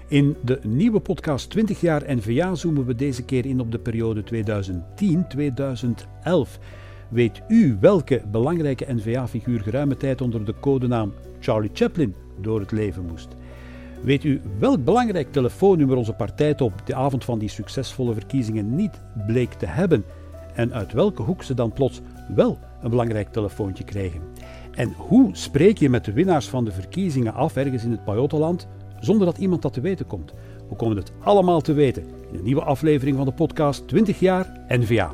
In de nieuwe podcast 20 jaar N-VA zoomen we deze keer in op de periode 2010-2011. Weet u welke belangrijke N-VA-figuur geruime tijd onder de codenaam Charlie Chaplin door het leven moest? Weet u welk belangrijk telefoonnummer onze partijtop op de avond van die succesvolle verkiezingen niet bleek te hebben? En uit welke hoek ze dan plots wel een belangrijk telefoontje kregen? En hoe spreek je met de winnaars van de verkiezingen af ergens in het Pajottenland zonder dat iemand dat te weten komt? We komen het allemaal te weten in een nieuwe aflevering van de podcast 20 jaar N-VA.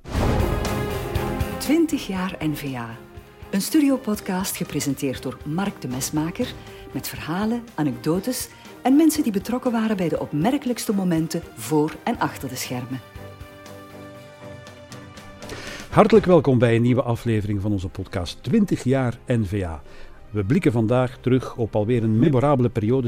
20 jaar N-VA. Een studiopodcast gepresenteerd door Mark de Mesmaker met verhalen, anekdotes en mensen die betrokken waren bij de opmerkelijkste momenten voor en achter de schermen. Hartelijk welkom bij een nieuwe aflevering van onze podcast 20 jaar N-VA. We blikken vandaag terug op alweer een memorabele periode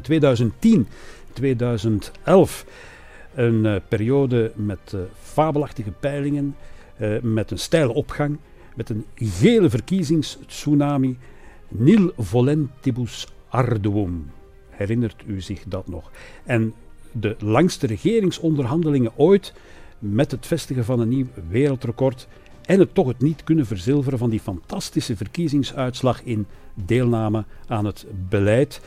2010-2011. Een periode met fabelachtige peilingen, met een steile opgang, met een gele verkiezingstsunami. Nil volentibus arduum. Herinnert u zich dat nog? En de langste regeringsonderhandelingen ooit met het vestigen van een nieuw wereldrecord en het niet kunnen verzilveren van die fantastische verkiezingsuitslag in deelname aan het beleid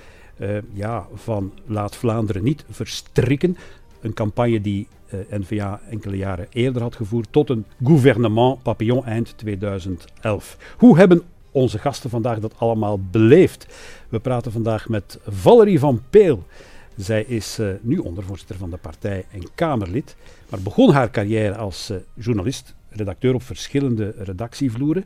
van Laat Vlaanderen niet verstrikken. Een campagne die N-VA enkele jaren eerder had gevoerd tot een gouvernement Papillon eind 2011. Hoe hebben onze gasten vandaag dat allemaal beleefd? We praten vandaag met Valerie van Peel. Zij is nu ondervoorzitter van de partij en Kamerlid, maar begon haar carrière als journalist, redacteur op verschillende redactievloeren.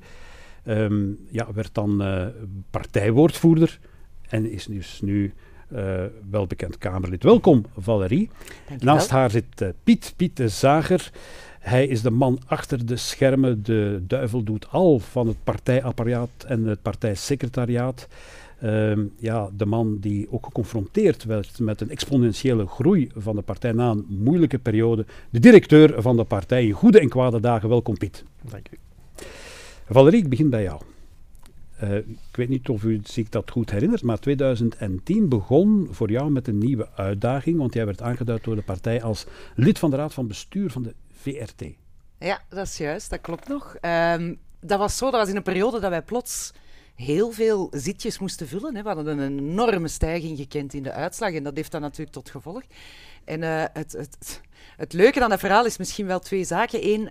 Werd dan partijwoordvoerder en is dus nu welbekend Kamerlid. Welkom, Valerie. Naast haar zit Piet de Zager. Hij is de man achter de schermen, de duivel doet al van het partijapparaat en het partijsecretariaat. De man die ook geconfronteerd werd met een exponentiële groei van de partij na een moeilijke periode. De directeur van de partij in goede en kwade dagen. Welkom, Piet. Dank u. Valerie, ik begin bij jou. Ik weet niet of u zich dat goed herinnert, maar 2010 begon voor jou met een nieuwe uitdaging, want jij werd aangeduid door de partij als lid van de Raad van Bestuur van de VRT. Ja, dat is juist, dat klopt nog. Dat was in een periode dat wij plots heel veel zitjes moesten vullen. Hè. We hadden een enorme stijging gekend in de uitslag en dat heeft dan natuurlijk tot gevolg. En het leuke aan dat verhaal is misschien wel twee zaken. Eén,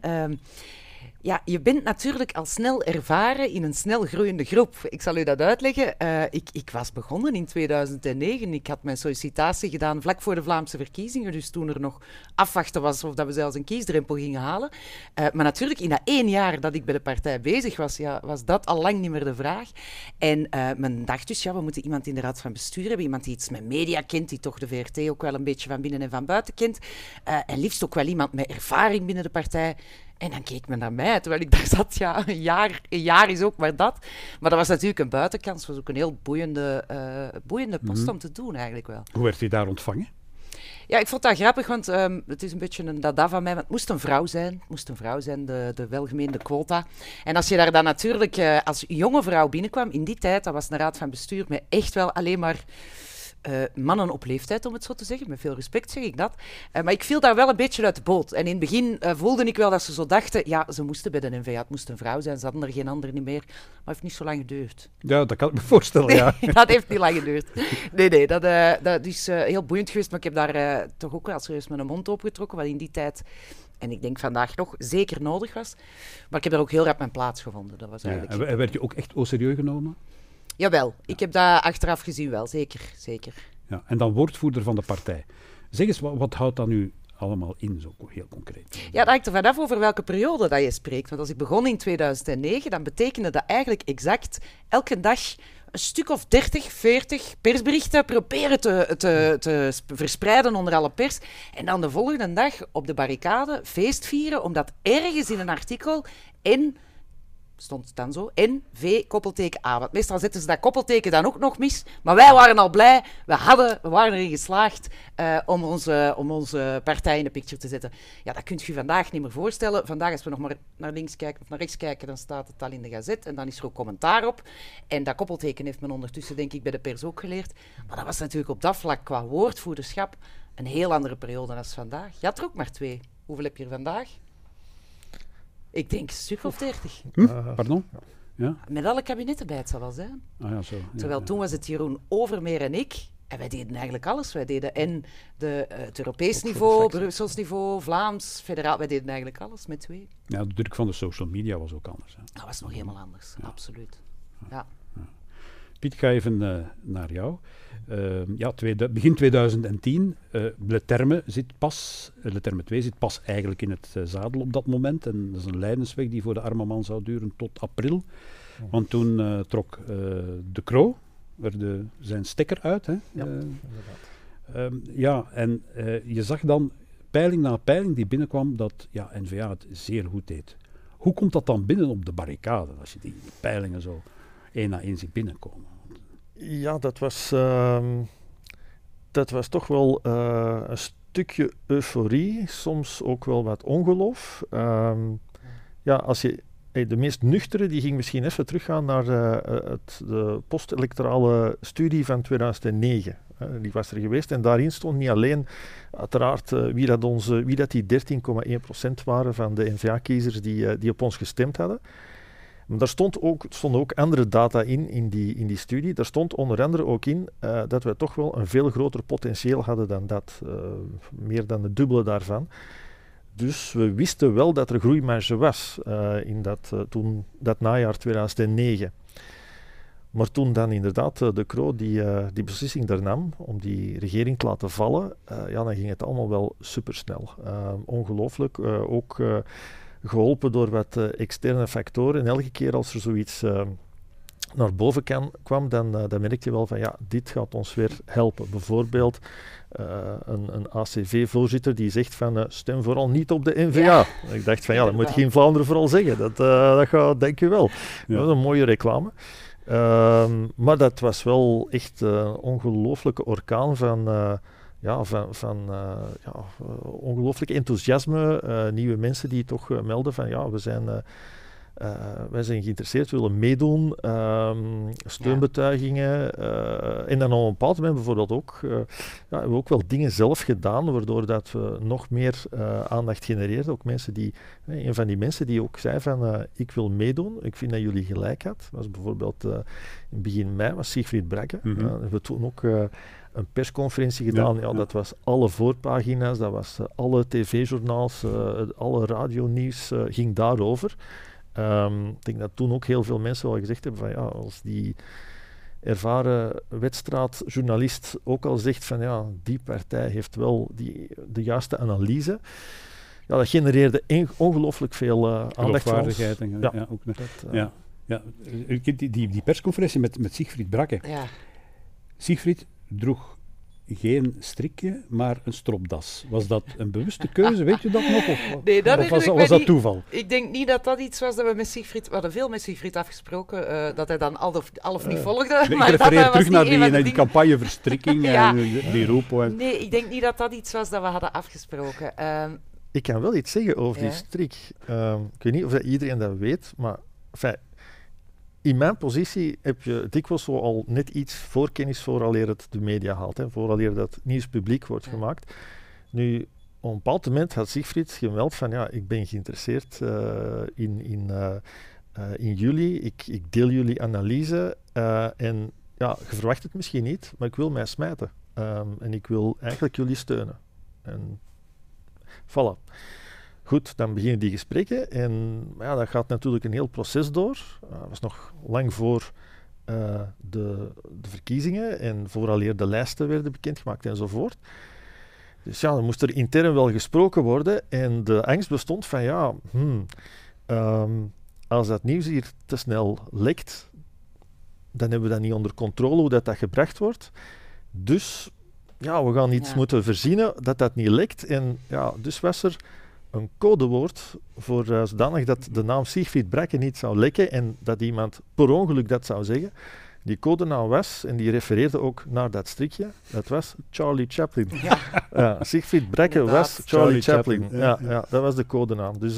je bent natuurlijk al snel ervaren in een snel groeiende groep. Ik zal u dat uitleggen. Ik was begonnen in 2009. Ik had mijn sollicitatie gedaan vlak voor de Vlaamse verkiezingen. Dus toen er nog afwachten was of dat we zelfs een kiesdrempel gingen halen. Maar natuurlijk, in dat 1 jaar dat ik bij de partij bezig was, was dat al lang niet meer de vraag. En men dacht dus, we moeten iemand in de Raad van Bestuur hebben. Iemand die iets met media kent, die toch de VRT ook wel een beetje van binnen en van buiten kent. En liefst ook wel iemand met ervaring binnen de partij. En dan keek men naar mij, terwijl ik daar zat, een jaar is ook maar dat. Maar dat was natuurlijk een buitenkans. Het was ook een heel boeiende post om te doen eigenlijk wel. Hoe werd u daar ontvangen? Ja, ik vond dat grappig, want het is een beetje een dada van mij. Maar het moest een vrouw zijn. Het moest een vrouw zijn, de welgemeende quota. En als je daar dan natuurlijk als jonge vrouw binnenkwam, in die tijd, dat was een Raad van Bestuur met echt wel alleen maar mannen op leeftijd, om het zo te zeggen. Met veel respect zeg ik dat. Maar ik viel daar wel een beetje uit de boot. En in het begin voelde ik wel dat ze zo dachten, ze moesten bij de N-VA, het moest een vrouw zijn, ze hadden er geen andere niet meer. Maar het heeft niet zo lang geduurd. Ja, dat kan ik me voorstellen, ja. Nee, dat heeft niet lang geduurd. Nee, dat is heel boeiend geweest, maar ik heb daar toch ook wel serieus mijn mond opengetrokken, wat in die tijd, en ik denk vandaag nog, zeker nodig was. Maar ik heb daar ook heel rap mijn plaats gevonden. Dat was eigenlijk... En werd je ook echt au serieus genomen? Jawel, ik heb dat achteraf gezien wel, zeker. Ja, en dan woordvoerder van de partij. Zeg eens, wat houdt dat nu allemaal in, zo heel concreet? Ja, dat hangt er vanaf over welke periode dat je spreekt. Want als ik begon in 2009, dan betekende dat eigenlijk exact elke dag een stuk of 30, 40 persberichten proberen te verspreiden onder alle pers. En dan de volgende dag op de barricade feest vieren, omdat ergens in een artikel en stond het dan zo. En V, koppelteken A. Want meestal zetten ze dat koppelteken dan ook nog mis. Maar wij waren al blij. We waren erin geslaagd om onze partij in de picture te zetten. Ja, dat kun je vandaag niet meer voorstellen. Vandaag, als we nog maar naar links kijken of naar rechts kijken, dan staat het al in de gazet. En dan is er ook commentaar op. En dat koppelteken heeft men ondertussen, denk ik, bij de pers ook geleerd. Maar dat was natuurlijk op dat vlak qua woordvoerderschap een heel andere periode dan vandaag. Je had er ook maar 2. Hoeveel heb je er vandaag? Ik denk een stuk of 30. Pardon? Ja? Met alle kabinetten bij het zal wel zijn. Ah, ja, zo. Terwijl toen was het Jeroen Overmeer en ik. En wij deden eigenlijk alles. Wij deden het Europees niveau, Brussels niveau, Vlaams, federaal. Wij deden eigenlijk alles met 2. Ja, de druk van de social media was ook anders. Hè. Dat was nog helemaal anders, absoluut. Ja. Piet, ik ga even naar jou. Begin 2010, Le Terme 2 zit pas eigenlijk in het zadel op dat moment. En dat is een lijdensweg die voor de arme man zou duren tot april. Want toen trok De Croo zijn stekker uit. Hè? En je zag dan peiling na peiling die binnenkwam dat N-VA het zeer goed deed. Hoe komt dat dan binnen op de barricade, als je die peilingen zo één na één ziet binnenkomen? Ja, dat was toch wel een stukje euforie, soms ook wel wat ongeloof. Als je de meest nuchtere, die ging misschien even teruggaan naar de post-electorale studie van 2009. Die was er geweest en daarin stond niet alleen uiteraard wie dat die 13,1% waren van de N-VA-kiezers die op ons gestemd hadden. Maar daar stonden ook andere data in die studie. Daar stond onder andere ook in dat we toch wel een veel groter potentieel hadden dan dat. Meer dan het dubbele daarvan. Dus we wisten wel dat er groeimarge was in dat najaar 2009. Maar toen dan inderdaad De Croo die beslissing daar nam om die regering te laten vallen, dan ging het allemaal wel supersnel. Ongelooflijk. Ook geholpen door wat externe factoren. En elke keer als er zoiets naar boven kwam, dan merkte je wel van dit gaat ons weer helpen. Bijvoorbeeld een ACV-voorzitter die zegt van stem vooral niet op de N-VA. Ja. Ik dacht van dat moet je in Vlaanderen vooral zeggen. Dat gaat, denk je wel. Ja. Dat is een mooie reclame. Maar dat was wel echt een ongelooflijke orkaan van ongelooflijk enthousiasme. Nieuwe mensen die toch melden van wij zijn geïnteresseerd, we willen meedoen, steunbetuigingen. En dan op een bepaald moment bijvoorbeeld ook, hebben we ook wel dingen zelf gedaan, waardoor dat we nog meer aandacht genereerden. Ook mensen een van die mensen die ook zei van, ik wil meedoen, ik vind dat jullie gelijk had. Dat was bijvoorbeeld in begin mei, was Siegfried Brakke. Hebben we toen ook een persconferentie gedaan. Dat was alle voorpagina's, dat was alle tv-journaals, alle radionieuws ging daarover. Ik denk dat toen ook heel veel mensen wel gezegd hebben van als die ervaren wedstrijdjournalist ook al zegt van die partij heeft wel de juiste analyse. Ja, dat genereerde ongelooflijk veel aandacht voor ons. Die persconferentie met Siegfried Brakke. Ja. Siegfried droeg geen strikje, maar een stropdas. Was dat een bewuste keuze? Weet je dat nog? Nee, dat was dat toeval? Ik denk niet dat dat iets was dat we met Siegfried... We hadden veel met Siegfried afgesproken, dat hij dan al of niet volgde. Ik refereer terug naar die campagneverstrikking en die roepo. Nee, ik denk niet dat dat iets was dat we hadden afgesproken. Ik kan wel iets zeggen over die strik. Ik weet niet of iedereen dat weet, maar... In mijn positie heb je dikwijls zo al net iets voorkennis vooraleer het de media haalt. Vooraleer dat nieuws publiek wordt gemaakt. Nu, op een bepaald moment had Siegfried gemeld van ik ben geïnteresseerd in jullie. Ik deel jullie analyse. En je verwacht het misschien niet, maar ik wil mij smijten. En ik wil eigenlijk jullie steunen. En voilà. Goed, dan beginnen die gesprekken en dat gaat natuurlijk een heel proces door. Dat was nog lang voor de verkiezingen en vooraleer de lijsten werden bekendgemaakt enzovoort. Dus dan moest er intern wel gesproken worden en de angst bestond van als dat nieuws hier te snel lekt, dan hebben we dat niet onder controle hoe dat gebracht wordt. Dus we gaan iets moeten verzinnen dat niet lekt en dus was er een codewoord voor zodanig dat de naam Siegfried Bracke niet zou lekken en dat iemand per ongeluk dat zou zeggen. Die codenaam was, en die refereerde ook naar dat strikje, dat was Charlie Chaplin. Siegfried Bracke was Charlie Chaplin. Ja, dat was de codenaam. Dus,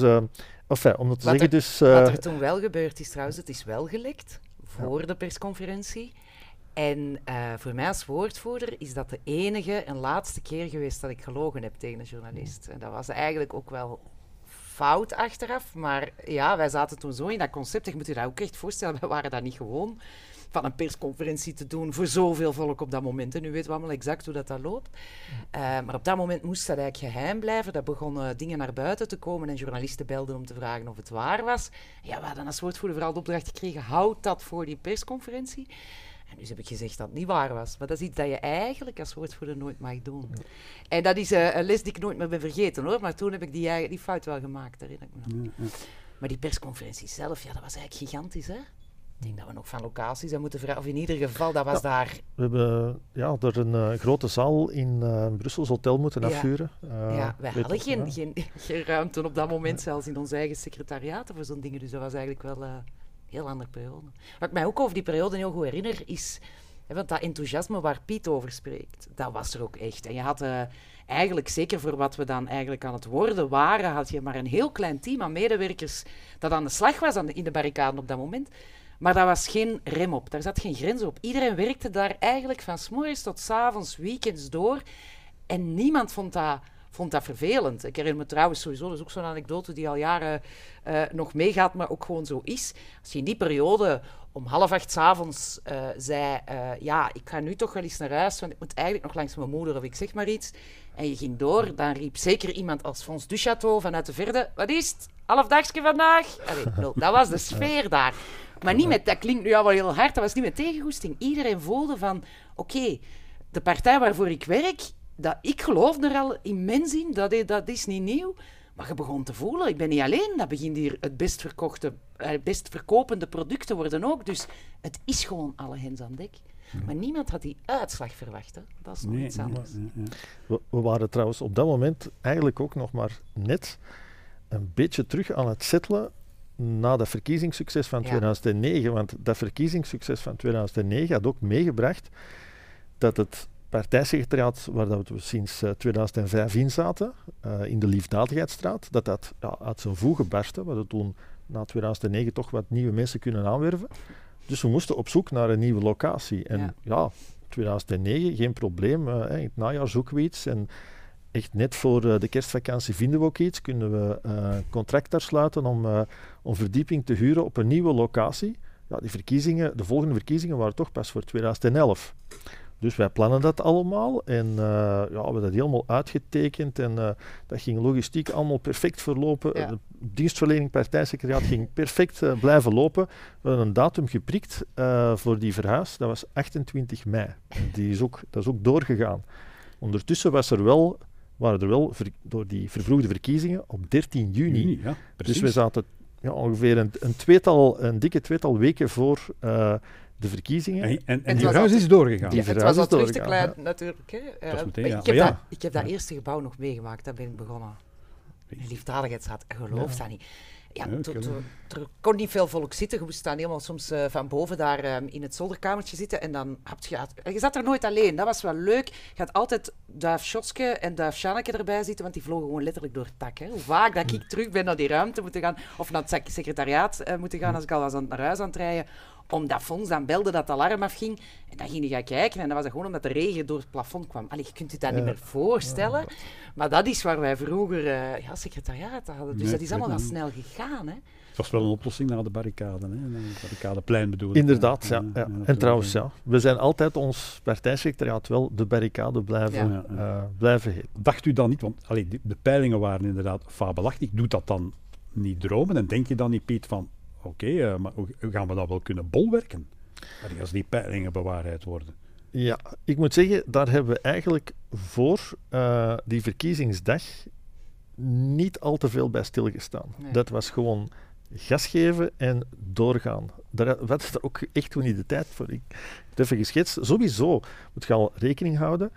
om dat te zeggen, dus... Wat er toen wel gebeurd is trouwens, het is wel gelekt voor de persconferentie. En voor mij als woordvoerder is dat de enige en laatste keer geweest dat ik gelogen heb tegen een journalist. En dat was eigenlijk ook wel fout achteraf, maar ja, wij zaten toen zo in dat concept. Je moet je dat ook echt voorstellen, wij waren dat niet gewoon van een persconferentie te doen voor zoveel volk op dat moment. En nu weten we allemaal exact hoe dat loopt. Maar op dat moment moest dat eigenlijk geheim blijven. Dat begonnen dingen naar buiten te komen en journalisten belden om te vragen of het waar was. Ja, we hadden als woordvoerder vooral de opdracht gekregen, houd dat voor die persconferentie. En dus heb ik gezegd dat het niet waar was. Maar dat is iets dat je eigenlijk als woordvoerder nooit mag doen. En dat is een les die ik nooit meer ben vergeten, hoor. Maar toen heb ik die fout wel gemaakt, herinner ik me nog. Maar die persconferentie zelf, ja, dat was eigenlijk gigantisch, hè? Ik denk dat we nog van locaties hebben moeten vragen. Of in ieder geval, dat was daar... We hebben er een grote zaal in Brussels hotel moeten afhuren. Wij hadden geen ruimte op dat moment, zelfs in ons eigen secretariaten voor zo'n dingen. Dus dat was eigenlijk wel een heel andere periode. Wat ik mij ook over die periode heel goed herinner, is... Want dat enthousiasme waar Piet over spreekt, dat was er ook echt. En je had eigenlijk, zeker voor wat we dan eigenlijk aan het worden waren, had je maar een heel klein team aan medewerkers dat aan de slag was in de barricaden op dat moment. Maar daar was geen rem op, daar zat geen grens op. Iedereen werkte daar eigenlijk van 's morgens tot 's avonds, weekends door. En niemand vond dat vervelend. Ik herinner me trouwens sowieso, dat is ook zo'n anekdote die al jaren nog meegaat, maar ook gewoon zo is. Als je in die periode om 7:30 's avonds zei, ik ga nu toch wel eens naar huis, want ik moet eigenlijk nog langs mijn moeder of ik zeg maar iets. En je ging door, dan riep zeker iemand als Fons Duchateau vanuit de verte, wat is het? Halfdagske vandaag? Dat was de sfeer daar. Maar niet met, dat klinkt nu al wel heel hard, dat was niet met tegengoesting. Iedereen voelde van, oké, de partij waarvoor ik werk, ik geloof er al immens in, dat is niet nieuw. Maar je begon te voelen, ik ben niet alleen, dat begint hier het best verkopende product te worden ook. Dus het is gewoon alle hens aan dek. Maar niemand had die uitslag verwacht. Hè. Dat is nog iets anders. We waren trouwens op dat moment eigenlijk ook nog maar net een beetje terug aan het settelen na dat verkiezingssucces van 2009. Want dat verkiezingssucces van 2009 had ook meegebracht dat het partijsecretariaat, waar we sinds 2005 in zaten, in de Liefdadigheidsstraat, dat uit zijn voegen barstte. We hadden toen na 2009 toch wat nieuwe mensen kunnen aanwerven. Dus we moesten op zoek naar een nieuwe locatie. En 2009, geen probleem. In het najaar zoeken we iets. En echt net voor de kerstvakantie vinden we ook iets. Kunnen we een contract daar sluiten om verdieping te huren op een nieuwe locatie. Ja, de volgende verkiezingen waren toch pas voor 2011. Dus wij plannen dat allemaal en we hebben dat helemaal uitgetekend en dat ging logistiek allemaal perfect verlopen. De dienstverlening partijsecretariaat ging perfect blijven lopen. We hadden een datum geprikt voor die verhuis, dat was 28 mei. Dat is ook doorgegaan. Ondertussen waren er wel door die vervroegde verkiezingen op 13 juni. Ja, dus we zaten ongeveer een dikke tweetal weken voor... de verkiezingen. En die verhuis is doorgegaan. Het was al terug te klein, natuurlijk. Hè. Ik heb dat eerste gebouw nog meegemaakt, daar ben ik begonnen. De Liefdadigheidsstraat, geloof dat niet. Er kon niet veel volk zitten. Je moest dan helemaal soms van boven daar in het zolderkamertje zitten. En dan je zat er nooit alleen. Dat was wel leuk. Je had altijd Duif Sjotske en Duif Sjanneke erbij zitten, want die vlogen gewoon letterlijk door het dak. Hè. Hoe vaak dat ik terug ben naar die ruimte moeten gaan, of naar het secretariaat moeten gaan als ik al was naar huis aan het rijden, omdat Fons dan belde dat het alarm afging. En dan ging hij gaan kijken en dan was het gewoon omdat de regen door het plafond kwam. Allee, je kunt je dat niet meer voorstellen. Maar dat is waar wij vroeger secretariaat hadden. Dus dat is allemaal wel snel gegaan. Hè. Het was wel een oplossing naar de barricade, hè? Naar het barricadeplein bedoel ik. Inderdaad, ja. En trouwens, we zijn altijd ons partijsecretariaat wel de barricade blijven heten. Dacht u dan niet, want de peilingen waren inderdaad fabelachtig. Doet dat dan niet dromen? En denk je dan niet, Piet, van oké, maar hoe gaan we dat wel kunnen bolwerken? Als die peilingen bewaarheid worden. Ja, ik moet zeggen, daar hebben we eigenlijk voor die verkiezingsdag niet al te veel bij stilgestaan. Nee. Dat was gewoon gas geven en doorgaan. Daar was er ook echt toen niet de tijd voor. Ik heb het even geschetst. Sowieso moet je al rekening houden.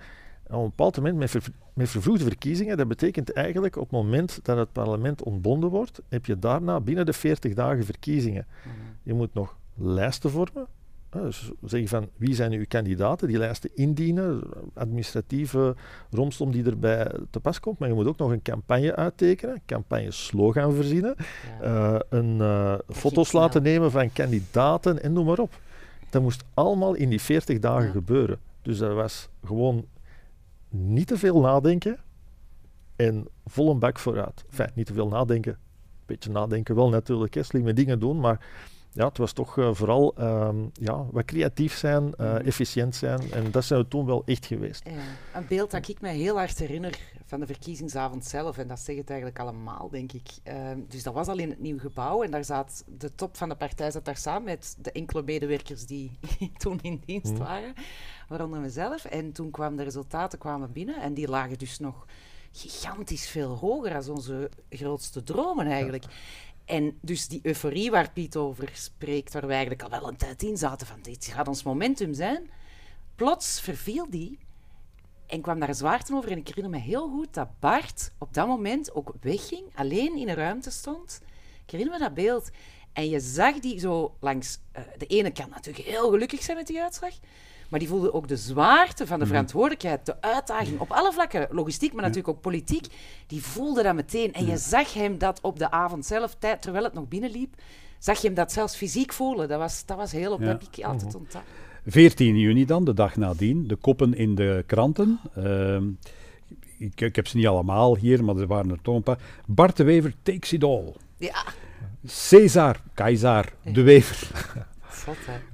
En op een bepaald moment, met vervroegde verkiezingen, dat betekent eigenlijk op het moment dat het parlement ontbonden wordt, heb je daarna binnen de 40 dagen verkiezingen. Je moet nog lijsten vormen. Dus zeggen van wie zijn uw kandidaten, die lijsten indienen, administratieve romslom die erbij te pas komt, maar je moet ook nog een campagne uittekenen, campagneslogan verzinnen, foto's laten nemen van kandidaten en noem maar op. Dat moest allemaal in die 40 dagen gebeuren. Dus dat was gewoon niet te veel nadenken en vol een bak vooruit. Enfin, niet te veel nadenken, een beetje nadenken wel natuurlijk, slimme dingen doen, maar ja, het was toch vooral wat creatief zijn, efficiënt zijn. En dat zijn we toen wel echt geweest. Ja, een beeld dat ik me heel hard herinner van de verkiezingsavond zelf. En dat zegt het eigenlijk allemaal, denk ik. Dus dat was al in het nieuw gebouw. En daar zat de top van de partij daar samen met de enkele medewerkers die toen in dienst waren. Waaronder mezelf. En toen kwamen de resultaten binnen. En die lagen dus nog gigantisch veel hoger dan onze grootste dromen eigenlijk. Ja. En dus die euforie waar Piet over spreekt, waar we eigenlijk al wel een tijd in zaten van dit gaat ons momentum zijn, plots verviel die en kwam daar zwaarte over. En ik herinner me heel goed dat Bart op dat moment ook wegging, alleen in een ruimte stond. Ik herinner me dat beeld. En je zag die zo langs de ene kant natuurlijk heel gelukkig zijn met die uitslag, maar die voelde ook de zwaarte van de verantwoordelijkheid, de uitdaging op alle vlakken, logistiek, maar natuurlijk ook politiek. Die voelde dat meteen. En je zag hem dat op de avond zelf, terwijl het nog binnenliep, zag je hem dat zelfs fysiek voelen. Dat was heel op, heb ik altijd ontdekt. 14 juni dan, de dag nadien, de koppen in de kranten. Ik heb ze niet allemaal hier, maar er waren er toch een paar. Bart de Wever takes it all. Ja. Keizer de Wever. Zot,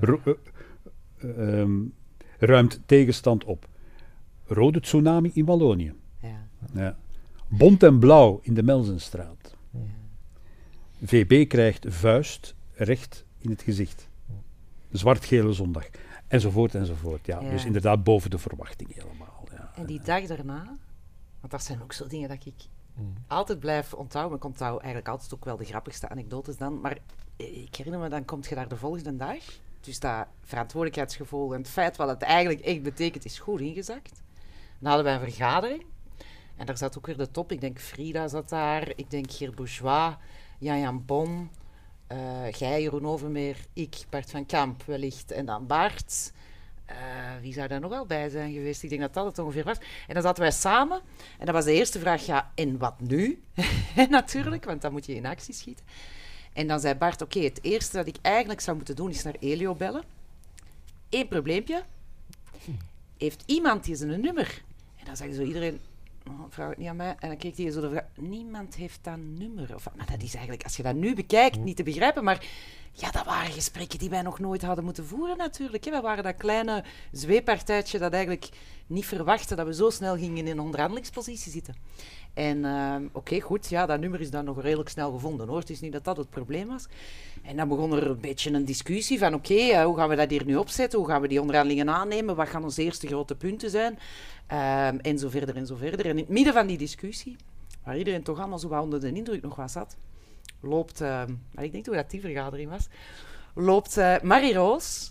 hè? Ruimt tegenstand op. Rode tsunami in Wallonië. Ja. Bont en blauw in de Melzenstraat. Ja. VB krijgt vuist recht in het gezicht. Zwart-gele zondag. Enzovoort. Ja. Dus inderdaad boven de verwachting helemaal. Ja. En die dag daarna, want dat zijn ook zo dingen dat ik altijd blijf onthouden. Maar ik onthoud eigenlijk altijd ook wel de grappigste anekdotes dan. Maar ik herinner me, dan kom je daar de volgende dag. Dus dat verantwoordelijkheidsgevoel en het feit wat het eigenlijk echt betekent, is goed ingezakt. Dan hadden wij een vergadering. En daar zat ook weer de top. Ik denk Frida zat daar. Ik denk Geert Bourgeois, Jan Bon, jij, Jeroen Overmeer, ik, Bart van Kamp wellicht. En dan Bart. Wie zou daar nog wel bij zijn geweest? Ik denk dat dat het ongeveer was. En dan zaten wij samen. En dat was de eerste vraag, en wat nu? Natuurlijk, want dan moet je in actie schieten. En dan zei Bart, oké, het eerste dat ik eigenlijk zou moeten doen is naar Elio bellen. 1 probleempje. Heeft iemand die zijn nummer? En dan zei zo iedereen, vraag het niet aan mij. En dan keek hij zo de vraag, niemand heeft dat nummer. Maar dat is eigenlijk, als je dat nu bekijkt, niet te begrijpen. Maar ja, dat waren gesprekken die wij nog nooit hadden moeten voeren natuurlijk. We waren dat kleine zweeppartijtje dat eigenlijk niet verwachtte dat we zo snel gingen in een onderhandelingspositie zitten. En oké, goed, ja, dat nummer is dan nog redelijk snel gevonden, hoor. Het is niet dat dat het probleem was. En dan begon er een beetje een discussie van oké, hoe gaan we dat hier nu opzetten? Hoe gaan we die onderhandelingen aannemen? Wat gaan onze eerste grote punten zijn? En zo verder en zo verder. En in het midden van die discussie, waar iedereen toch allemaal zo wat onder de indruk nog was zat, loopt, maar ik denk dat die vergadering was, loopt Marie-Roos,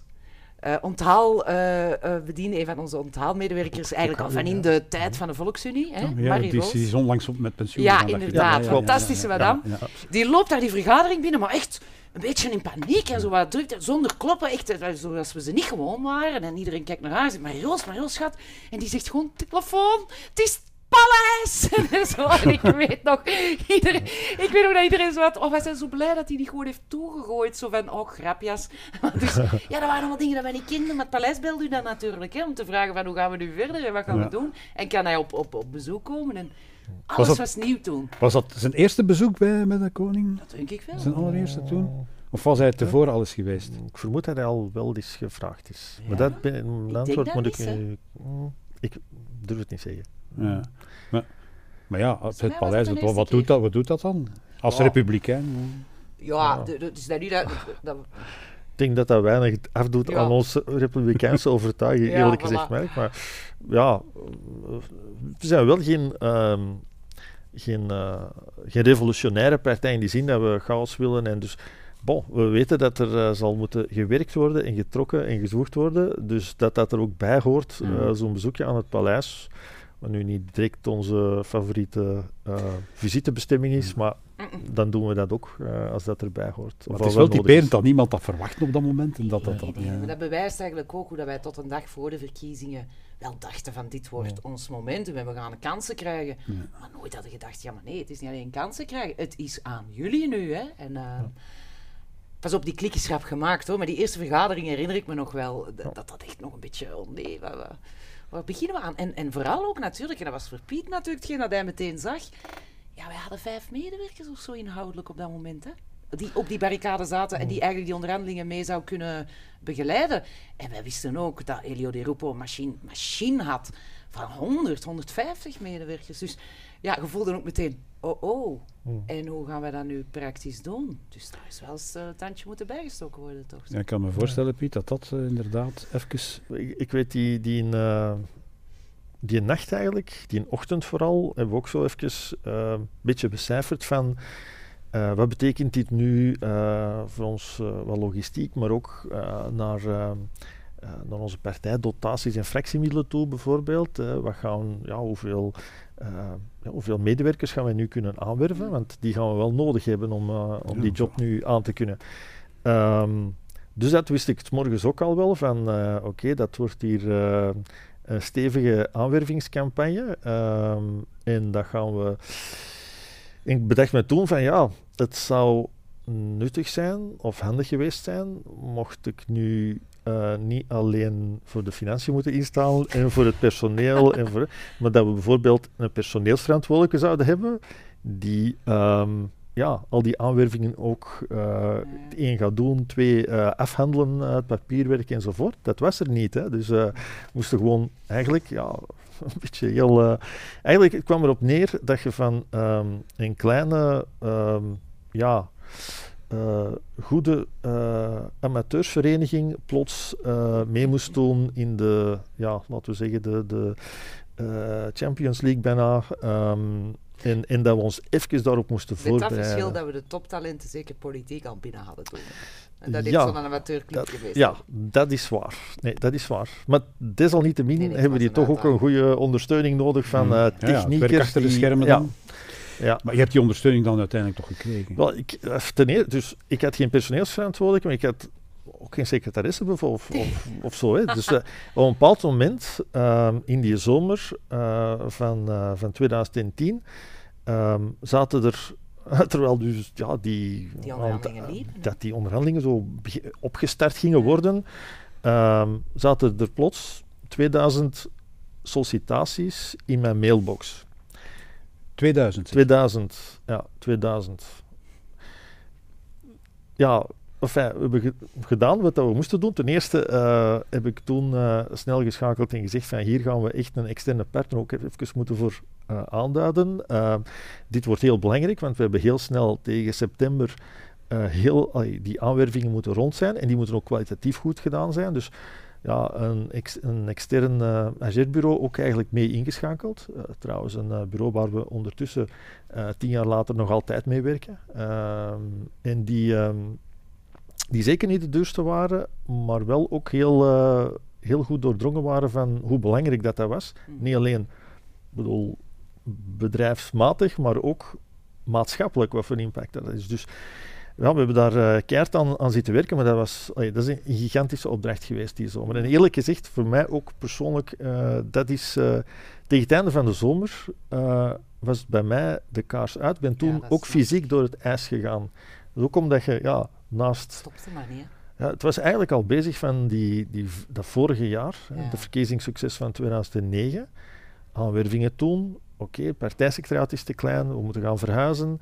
bedienen, een van onze onthaalmedewerkers, eigenlijk al van in de tijd van de Volksunie. Hè? Ja, die is onlangs met pensioen. Ja, inderdaad. Fantastische madame. Ja. Die loopt daar die vergadering binnen, maar echt een beetje in paniek en zo wat druk, zonder kloppen, echt zoals we ze niet gewoon waren. En iedereen kijkt naar haar en zegt, Marie-Roos, schat. En die zegt gewoon, telefoon, het is Paleis! En zo, en ik weet nog dat iedereen zo had, wij zijn zo blij dat hij die gewoon heeft toegegooid. Zo van, grapjas. Dus ja, dat waren allemaal dingen dat wij niet kenden, maar het Paleis belde u dan natuurlijk, hè, om te vragen van, hoe gaan we nu verder en wat gaan we doen? En kan hij op bezoek komen? En alles was nieuw toen. Was dat zijn eerste bezoek met de koning? Dat denk ik wel. Zijn allereerste toen? Of was hij tevoren alles geweest? Ik vermoed dat hij al wel eens gevraagd is. Ja? Maar dat antwoord moet ik durf het niet zeggen. Ja. Maar ja, het paleis, wat doet dat dan? Als republikein? Ja, dus dat nu dat... Ik denk dat dat weinig afdoet aan onze republikeinse overtuiging, eerlijk gezegd. Maar ja, we zijn wel geen revolutionaire partij in die zin dat we chaos willen. En dus we weten dat er zal moeten gewerkt worden en getrokken en gezwoegd worden. Dus dat er ook bij hoort, zo'n bezoekje aan het paleis. Wat nu niet direct onze favoriete visitebestemming is, maar dan doen we dat ook als dat erbij hoort. Maar het is wel typerend dat niemand dat verwacht op dat moment. En Maar dat bewijst eigenlijk ook hoe dat wij tot een dag voor de verkiezingen wel dachten van dit wordt ons moment en we gaan kansen krijgen. Ja. Maar nooit hadden gedacht, ja maar nee, het is niet alleen kansen krijgen, het is aan jullie nu. Hè? En, pas op, die klik is rap gemaakt hoor, maar die eerste vergadering herinner ik me nog wel, dat echt nog een beetje, oh nee, waar beginnen we aan? En vooral ook natuurlijk, en dat was voor Piet natuurlijk hetgeen dat hij meteen zag, ja, wij hadden 5 medewerkers of zo inhoudelijk op dat moment, hè? Die op die barricade zaten en die eigenlijk die onderhandelingen mee zou kunnen begeleiden. En wij wisten ook dat Elio Di Rupo een machine had van 150 medewerkers. Dus ja, je voelde ook meteen, en hoe gaan wij dat nu praktisch doen? Dus daar is wel eens het tandje moeten bijgestoken worden, toch? Ja, ik kan me voorstellen, Piet, dat inderdaad even... Ik weet die nacht eigenlijk, die ochtend vooral, hebben we ook zo even een beetje becijferd van wat betekent dit nu voor ons wat logistiek, maar ook naar onze partijdotaties en fractiemiddelen toe bijvoorbeeld. Hoeveel medewerkers gaan wij nu kunnen aanwerven? Want die gaan we wel nodig hebben om die job nu aan te kunnen. Dus dat wist ik 's morgens ook al wel van oké, dat wordt hier een stevige aanwervingscampagne. En dat gaan we... Ik bedacht me toen van het zou nuttig zijn of handig geweest zijn mocht ik nu niet alleen voor de financiën moeten instaan en voor het personeel, maar dat we bijvoorbeeld een personeelsverantwoordelijke zouden hebben die al die aanwervingen ook 1 gaat doen, 2 afhandelen, het papierwerk enzovoort. Dat was er niet. Hè. Dus we moesten gewoon eigenlijk een beetje heel... eigenlijk het kwam erop neer dat je van een kleine goede amateursvereniging plots mee moest doen in de, laten we zeggen, de Champions League bijna. En dat we ons even daarop moesten voorbereiden. Met dat verschil dat we de toptalenten zeker politiek al binnen hadden toen. En dat is zo'n amateurclub geweest. Ja, dat is waar. Nee, dat is waar. Maar desalnieten hebben die toch ook een goede ondersteuning nodig van techniekers. Werk achter de schermen dan. Ja. Maar je hebt die ondersteuning dan uiteindelijk toch gekregen? Wel, dus ik had geen personeelsverantwoordelijke, maar ik had ook geen secretaresse of zo. Hè. Dus op een bepaald moment, in die zomer van 2010, zaten er, terwijl dus die onderhandelingen zo opgestart gingen worden, zaten er plots 2000 sollicitaties in mijn mailbox. 2000. Ja, enfin, we hebben gedaan wat we moesten doen. Ten eerste heb ik toen snel geschakeld en gezegd van hier gaan we echt een externe partner ook even moeten voor aanduiden. Dit wordt heel belangrijk, want we hebben heel snel tegen september die aanwervingen moeten rond zijn en die moeten ook kwalitatief goed gedaan zijn. Dus een extern ageerbureau ook eigenlijk mee ingeschakeld. Trouwens, een bureau waar we ondertussen 10 jaar later nog altijd mee werken. En die zeker niet de duurste waren, maar wel ook heel goed doordrongen waren van hoe belangrijk dat was. Niet alleen bedrijfsmatig, maar ook maatschappelijk wat voor impact dat is. Dus we hebben daar keihard aan zitten werken, maar dat is een gigantische opdracht geweest die zomer. En eerlijk gezegd, voor mij ook persoonlijk, dat is tegen het einde van de zomer was bij mij de kaars uit. Ik ben toen ook fysiek door het ijs gegaan. Dus ook omdat je naast... Stopte maar niet, hè? Ja, het was eigenlijk al bezig van dat vorige jaar, de verkiezingssucces van 2009. Aanwervingen toen, partijsecretariaat is te klein, we moeten gaan verhuizen.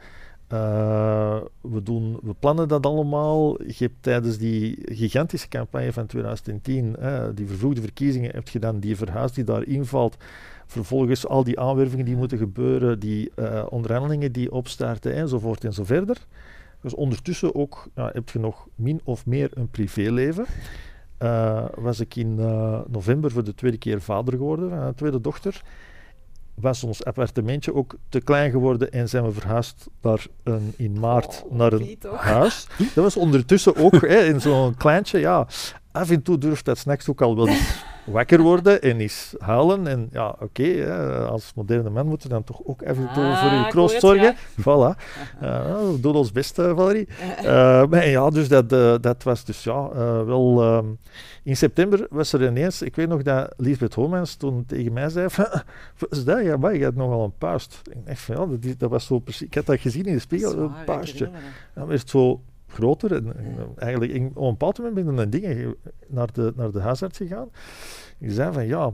We plannen dat allemaal. Je hebt tijdens die gigantische campagne van 2010, die vervroegde verkiezingen, heb je dan die verhuis die daarin valt. Vervolgens al die aanwervingen die moeten gebeuren, die onderhandelingen die opstarten, enzovoort en zo verder. Dus ondertussen ook heb je nog min of meer een privéleven. Was ik in november voor de tweede keer vader geworden van een tweede dochter. was ons appartementje ook te klein geworden en zijn we verhuisd in maart naar een huis. Dat was ondertussen ook in zo'n kleintje, ja, af en toe durft dat snacks ook al wel eens wakker worden en eens huilen. En ja, oké, als moderne man moeten we dan toch ook af en toe voor je kroost zorgen. Voilà. We doen ons best, Valerie. Maar ja, dus dat was dus wel... in september was er ineens... Ik weet nog dat Liesbeth Homans toen tegen mij zei van... Wat is dat? Ja, maar je hebt nogal een puist. Ik dacht van, ja, dat was zo precies... Ik had dat gezien in de spiegel, een puistje. Dat werd zo... groter. En eigenlijk op een bepaald moment ben ik naar dingen naar de huisarts gegaan. Die zei van ja,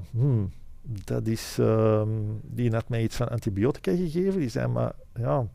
dat is... die had mij iets van antibiotica gegeven. Die zei, maar ja,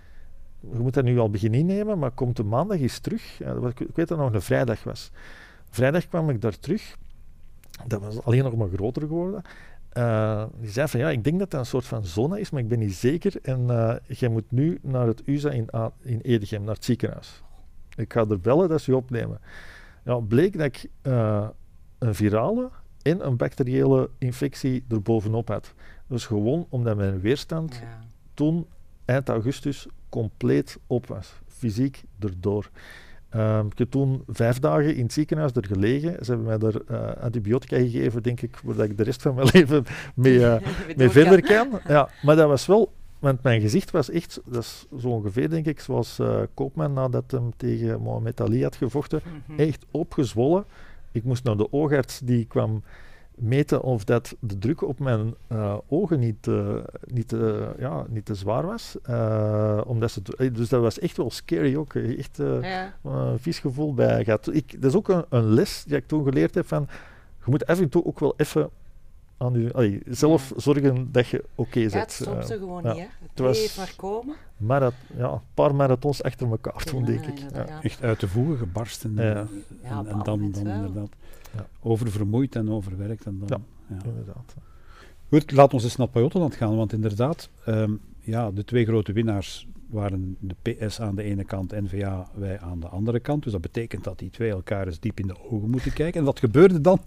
je moet dat nu al beginnen innemen, maar komt de maandag eens terug. Ja, ik weet dat het nog een vrijdag was. Vrijdag kwam ik daar terug. Dat was alleen nog maar groter geworden. Die zei van ja, ik denk dat dat een soort van zona is, maar ik ben niet zeker. En jij moet nu naar het USA in Edegem, naar het ziekenhuis. Ik ga er bellen dat ze je opnemen. Ja, bleek dat ik een virale en een bacteriële infectie erbovenop had. Dus gewoon omdat mijn weerstand toen, eind augustus, compleet op was. Fysiek erdoor. Ik heb toen 5 dagen in het ziekenhuis er gelegen. Ze hebben mij er antibiotica gegeven, denk ik, waar ik de rest van mijn leven mee verder kan. Ja, maar dat was wel... Want mijn gezicht was echt, dat is zo ongeveer denk ik, zoals Koopman nadat hem tegen Mohamed Ali had gevochten, echt opgezwollen. Ik moest naar de oogarts, die kwam meten of dat de druk op mijn ogen niet te zwaar was. Omdat dus dat was echt wel scary ook. Echt een vies gevoel bij gehad. Dat is ook een les die ik toen geleerd heb van, je moet af en toe ook wel even aan je zelf zorgen dat je oké zit. Ja, het stopt ze gewoon niet, hè. Het bleef maar komen. Een paar marathons achter elkaar toen, denk ik. Ja. Echt uit de voegen gebarsten. En dan inderdaad oververmoeid en overwerkt. En dan, inderdaad. Goed, laat ons eens naar het Pajottenland gaan, want inderdaad, de 2 grote winnaars waren de PS aan de ene kant, N-VA wij aan de andere kant. Dus dat betekent dat die 2 elkaar eens diep in de ogen moeten kijken. En dat gebeurde dan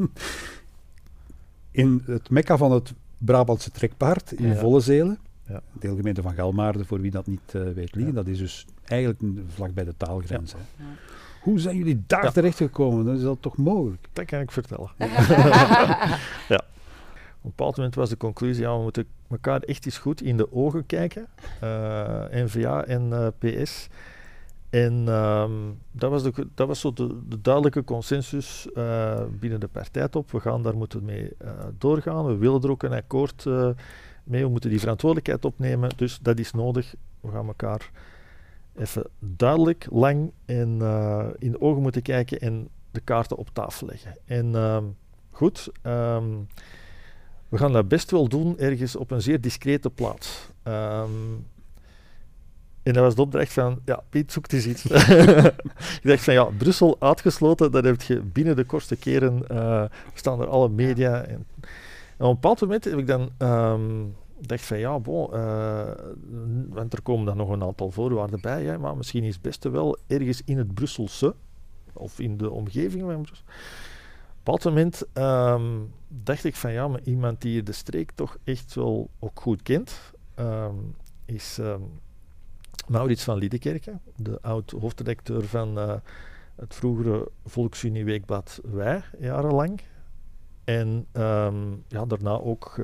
in het mekka van het Brabantse trekpaard in Vollezelen. Ja. Deelgemeente van Galmaarden, voor wie dat niet weet liggen. Dat is dus eigenlijk vlak bij de taalgrens. Ja. Hè. Ja. Hoe zijn jullie daar terechtgekomen? Dat is dat toch mogelijk? Dat kan ik vertellen. Ja. Op een bepaald moment was de conclusie, we moeten elkaar echt eens goed in de ogen kijken. N-VA en PS. En dat was zo de duidelijke consensus binnen de partijtop. We gaan daar moeten mee doorgaan. We willen er ook een akkoord mee. We moeten die verantwoordelijkheid opnemen. Dus dat is nodig. We gaan elkaar even duidelijk, lang in de ogen moeten kijken en de kaarten op tafel leggen. En goed, we gaan dat best wel doen ergens op een zeer discrete plaats. En dat was de opdracht van, Piet, zoekt eens iets. Ik dacht van, Brussel uitgesloten, dat heb je binnen de kortste keren, staan er alle media. En op een bepaald moment heb ik dan dacht van, want er komen dan nog een aantal voorwaarden bij, maar misschien is het beste wel ergens in het Brusselse, of in de omgeving van Brussel. Op een bepaald moment dacht ik van, maar iemand die de streek toch echt wel ook goed kent, is... Maurits van Liedekerke, de oud-hoofdredacteur van het vroegere Volksunie-weekblad Wij, jarenlang. En daarna ook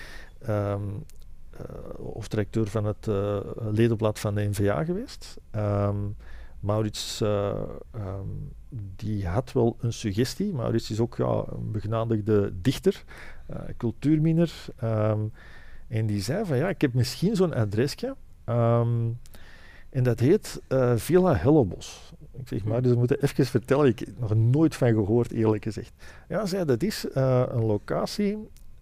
hoofdredacteur van het ledenblad van de N-VA geweest. Maurits die had wel een suggestie. Maurits is ook een begenadigde dichter, cultuurminer. En die zei van, ik heb misschien zo'n adresje. En dat heet Villa Hellebos. Ik zeg, maar dus we moeten even vertellen, ik heb er nog nooit van gehoord, eerlijk gezegd. Ja, zei, dat is een locatie.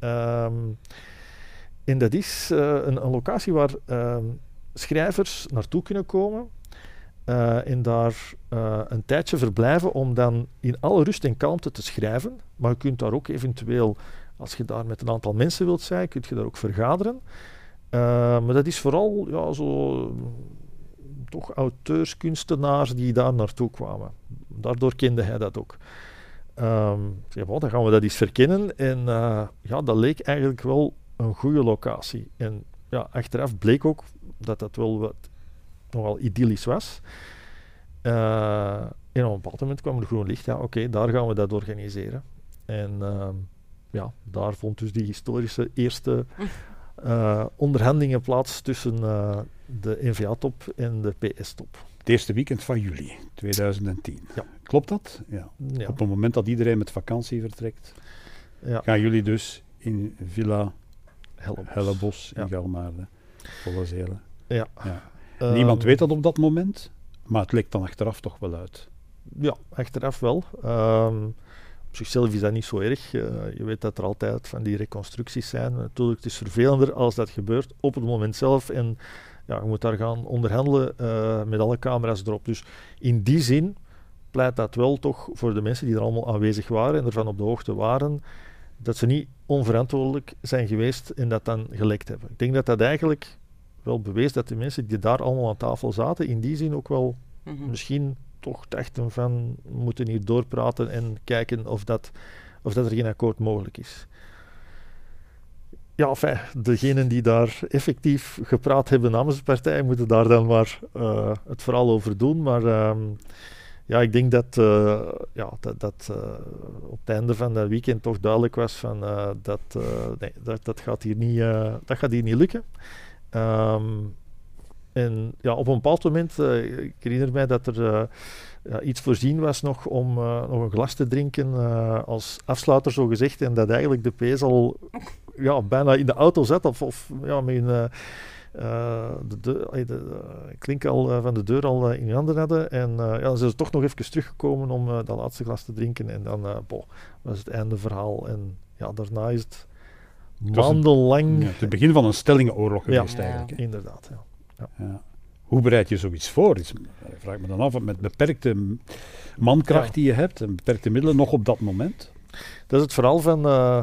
En dat is een locatie waar schrijvers naartoe kunnen komen. En daar een tijdje verblijven om dan in alle rust en kalmte te schrijven. Maar je kunt daar ook eventueel, als je daar met een aantal mensen wilt zijn, kun je daar ook vergaderen. Maar dat is vooral zo toch auteurs, kunstenaars die daar naartoe kwamen. Daardoor kende hij dat ook. Dan gaan we dat eens verkennen. En dat leek eigenlijk wel een goede locatie. En ja, achteraf bleek ook dat dat wel wat nogal idyllisch was. En op een bepaald moment kwam er groen licht. Ja, oké, daar gaan we dat organiseren. En ja, daar vond dus die historische eerste onderhandelingen plaats tussen de NVA-top en de PS-top. Het eerste weekend van juli 2010. Ja. Klopt dat? Ja. Ja. Op het moment dat iedereen met vakantie vertrekt, Ja. gaan jullie dus in Villa Hellebos. Hellebos in Ja. Galmaarden, Vollezelen. Ja. Ja. Niemand weet dat op dat moment, maar het lekt dan achteraf toch wel uit. Ja, achteraf wel. Op zichzelf is dat niet zo erg. Je weet dat er altijd van die reconstructies zijn. Natuurlijk, het is vervelender als dat gebeurt op het moment zelf. En ja, je moet daar gaan onderhandelen met alle camera's erop. Dus in die zin pleit dat wel toch voor de mensen die er allemaal aanwezig waren en ervan op de hoogte waren, dat ze niet onverantwoordelijk zijn geweest en dat dan gelekt hebben. Ik denk dat dat eigenlijk wel bewees dat de mensen die daar allemaal aan tafel zaten, in die zin ook wel misschien toch dachten van, we moeten hier doorpraten en kijken of dat er geen akkoord mogelijk is. Ja, enfin, degenen die daar effectief gepraat hebben namens de partij, moeten daar dan maar het verhaal over doen. Maar ja, ik denk dat op het einde van dat weekend toch duidelijk was van dat gaat hier niet lukken. En ja, op een bepaald moment, ik herinner mij dat er iets voorzien was nog om nog een glas te drinken als afsluiter zo gezegd, en dat eigenlijk de PS al bijna in de auto zat of met een de klink al van de deur al in hun handen hadden. En ze zijn toch nog even teruggekomen om dat laatste glas te drinken en dan was het einde verhaal. En ja, daarna is het maandenlang... Het begin van een stellingenoorlog geweest Ja. eigenlijk. Hè? Inderdaad, ja. Ja. Hoe bereid je zoiets voor? Ik vraag me dan af, met beperkte mankracht die je hebt en beperkte middelen nog op dat moment. Dat is het verhaal van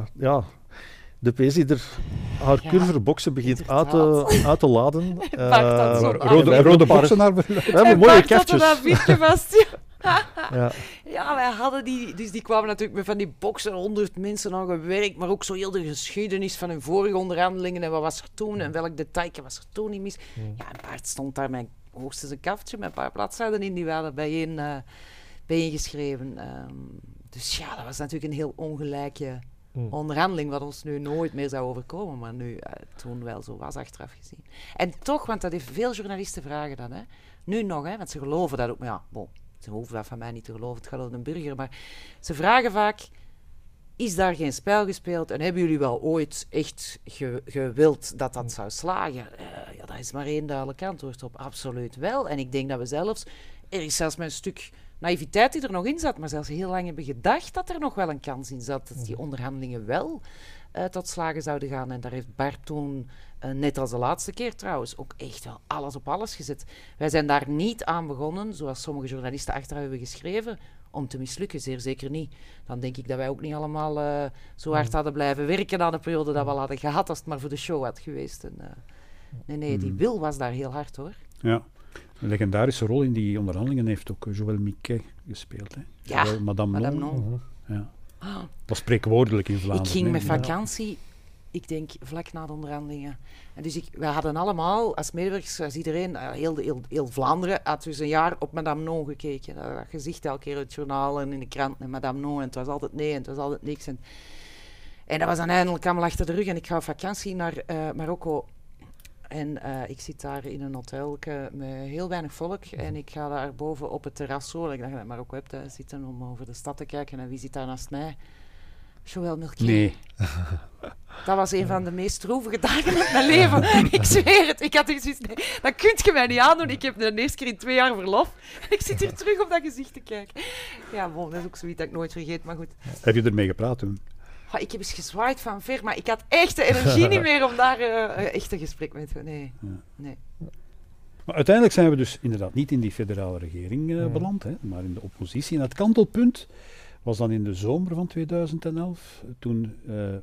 de PS die er haar curverboksen begint uit te laden. Pakt dat zo af. Rode boksen naar beneden. We hebben mooie kaftjes. Dat biertje vast. Ja. Ja, wij hadden die kwamen natuurlijk met van die boksen, 100 mensen aan gewerkt, maar ook zo heel de geschiedenis van hun vorige onderhandelingen en wat was er toen en welk detailje was er toen niet mis. Ja, en Bart stond daar met hoogstens een kaftje met een paar bladzijden in, die waren bijeen geschreven. Dus ja, dat was natuurlijk een heel ongelijke onderhandeling, wat ons nu nooit meer zou overkomen, maar nu toen wel zo was achteraf gezien. En toch, want dat heeft veel journalisten vragen dan, hè. Nu nog, hè, want ze geloven dat ook, maar ja, ze hoeven dat van mij niet te geloven, het gaat over een burger, maar ze vragen vaak, is daar geen spel gespeeld en hebben jullie wel ooit echt gewild dat dat zou slagen? Ja, daar is maar één duidelijk antwoord op, absoluut wel. En ik denk dat we zelfs, er is zelfs met een stuk naïviteit die er nog in zat, maar zelfs heel lang hebben gedacht dat er nog wel een kans in zat, dat die onderhandelingen wel tot slagen zouden gaan. En daar heeft Bart toen, net als de laatste keer trouwens, ook echt wel alles op alles gezet. Wij zijn daar niet aan begonnen, zoals sommige journalisten achteraf hebben geschreven, om te mislukken, zeer zeker niet. Dan denk ik dat wij ook niet allemaal zo hard hadden blijven werken aan de periode dat we al hadden gehad, als het maar voor de show had geweest. En, nee, die wil was daar heel hard, hoor. Ja. Een legendarische rol in die onderhandelingen heeft ook Joël Miquet gespeeld. Hè? Ja, Joël, Madame Non. Ja. Dat was spreekwoordelijk in Vlaanderen. Ik ging hè? met vakantie, ik denk vlak na de onderhandelingen. En dus wij hadden allemaal, als medewerkers, als iedereen, heel Vlaanderen, had dus een jaar op Madame Non gekeken. Dat gezicht elke keer in het journaal en in de krant en Madame Non. En het was altijd nee en het was altijd niks. En dat was dan eindelijk allemaal achter de rug. En ik ga op vakantie naar Marokko. En ik zit daar in een hotel met heel weinig volk. En ik ga daar boven op het terras zo. Ik dacht dat ik Marokko heb zitten om over de stad te kijken. En wie zit daar naast mij? Joël Milquet. Nee. Dat was een van de meest droevige dagen uit mijn leven. Ik zweer het. Ik had zoiets, nee, dat kunt je mij niet aandoen. Ik heb de eerste keer in 2 jaar verlof. En ik zit hier terug op dat gezicht te kijken. Ja, dat is ook zoiets dat ik nooit vergeet, maar goed. Heb je ermee gepraat toen? Ik heb eens gezwaaid van ver, maar ik had echt de energie niet meer om daar echt een gesprek mee te doen. Nee. Maar uiteindelijk zijn we dus inderdaad niet in die federale regering beland, hè, maar in de oppositie. En het kantelpunt was dan in de zomer van 2011, toen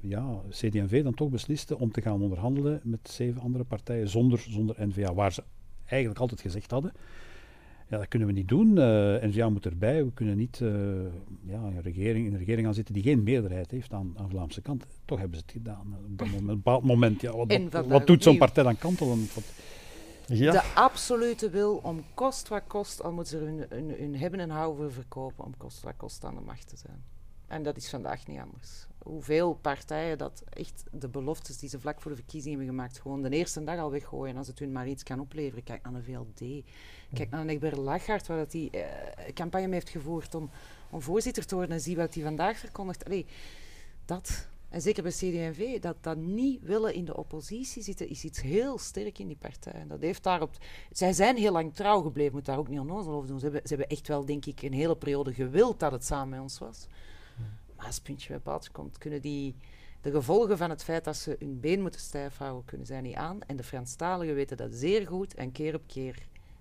CD&V dan toch besliste om te gaan onderhandelen met 7 andere partijen zonder N-VA, waar ze eigenlijk altijd gezegd hadden. Ja, dat kunnen we niet doen. N-VA moet erbij. We kunnen niet in een regering gaan zitten die geen meerderheid heeft aan de Vlaamse kant. Toch hebben ze het gedaan. Op een bepaald moment, wat doet zo'n partij dan kantelen? Ja. De absolute wil om kost wat kost, al moeten ze hun hebben en houden verkopen om kost wat kost aan de macht te zijn. En dat is vandaag niet anders. Hoeveel partijen dat echt de beloftes die ze vlak voor de verkiezingen hebben gemaakt, gewoon de eerste dag al weggooien als het hun maar iets kan opleveren. Kijk naar de VLD, kijk naar Egbert Lachaert, waar die campagne mee heeft gevoerd om voorzitter te worden en zie wat hij vandaag verkondigt. Allee, dat, en zeker bij CD&V, dat niet willen in de oppositie zitten, is iets heel sterk in die partij. Dat heeft zij zijn heel lang trouw gebleven, moet daar ook niet onnozel over doen. Ze hebben echt wel, denk ik, een hele periode gewild dat het samen met ons was. Maar als het puntje bij paaltje komt, kunnen de gevolgen van het feit dat ze hun been moeten stijf houden, kunnen zij niet aan. En de Franstaligen weten dat zeer goed en keer op keer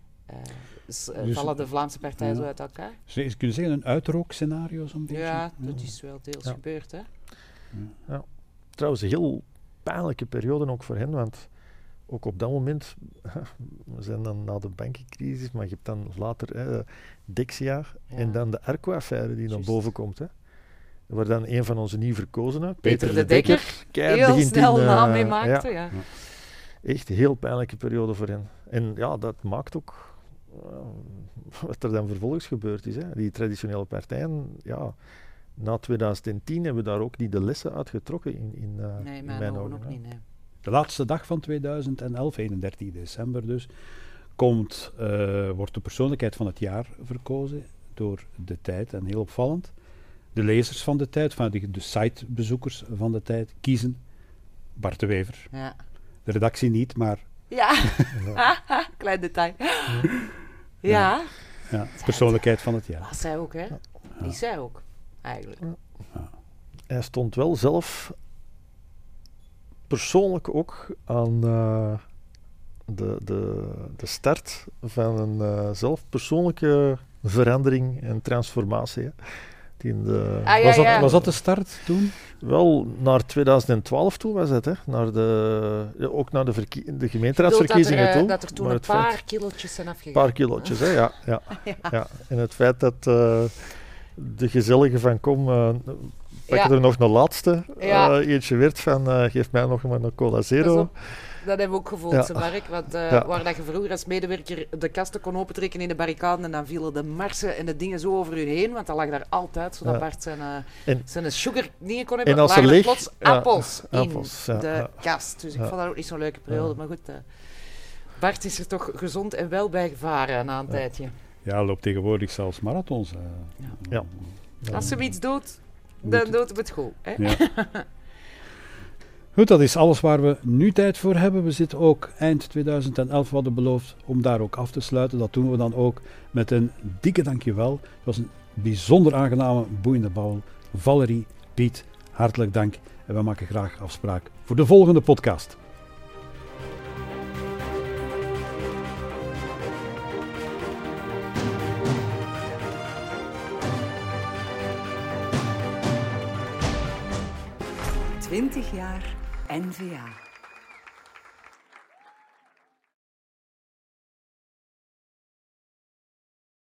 vallen de Vlaamse partijen zo uit elkaar. Zou je kunnen zeggen, een uitrookscenario zo'n beetje? Ja, dat is wel deels gebeurd, hè. Ja. Trouwens, een heel pijnlijke periode ook voor hen, want ook op dat moment, we zijn dan na de bankencrisis, maar je hebt dan later Dexia en dan de Arco-affaire die dan boven komt. Hè. Waar dan een van onze nieuw verkozenen, Peter de Dekker, heel snel naam mee maakte. Ja. Echt een heel pijnlijke periode voor hen. En ja, dat maakt ook wat er dan vervolgens gebeurd is. Hè. Die traditionele partijen, na 2010 hebben we daar ook niet de lessen uit getrokken in mijn ogen. Nog niet, nee. De laatste dag van 2011, 31 december dus, wordt de persoonlijkheid van het jaar verkozen door De Tijd. En heel opvallend, de lezers van De Tijd, de sitebezoekers van De Tijd, kiezen Bart de Wever. Ja. De redactie niet, maar... Ja, klein detail. Ja. Persoonlijkheid van het jaar. Dat zij ook, hè. Die zij ook, eigenlijk. Ja. Hij stond wel zelf persoonlijk ook aan de start van een zelf persoonlijke verandering en transformatie. Was dat de start toen? Wel, naar 2012 toe was het, hè. Ook naar de gemeenteraadsverkiezingen toe. Dat er toen een paar kilootjes zijn afgegaan. Een paar kilootjes, hè, ja. En het feit dat de gezellige van Kom pakken er nog een laatste eentje werd van geef mij nog maar een cola zero. Dat hebben we ook gevoeld, Mark. Want waar dat je vroeger als medewerker de kasten kon opentrekken in de barricaden en dan vielen de marsen en de dingen zo over hun heen, want dat lag daar altijd, zodat Bart zijn sugar dingen kon hebben. En lagen er plots appels in de kast. Dus ik vond dat ook niet zo'n leuke periode. Maar goed, Bart is er toch gezond en wel bij gevaren na een tijdje. Ja, loopt tegenwoordig zelfs marathons. Als ze iets doet, dan doet het goed. Hè? Ja. Goed, dat is alles waar we nu tijd voor hebben. We zitten ook eind 2011, we hadden beloofd om daar ook af te sluiten. Dat doen we dan ook met een dikke dankjewel. Het was een bijzonder aangename, boeiende babbel. Valerie, Piet, hartelijk dank. En we maken graag afspraak voor de volgende podcast. ...20 jaar N-VA.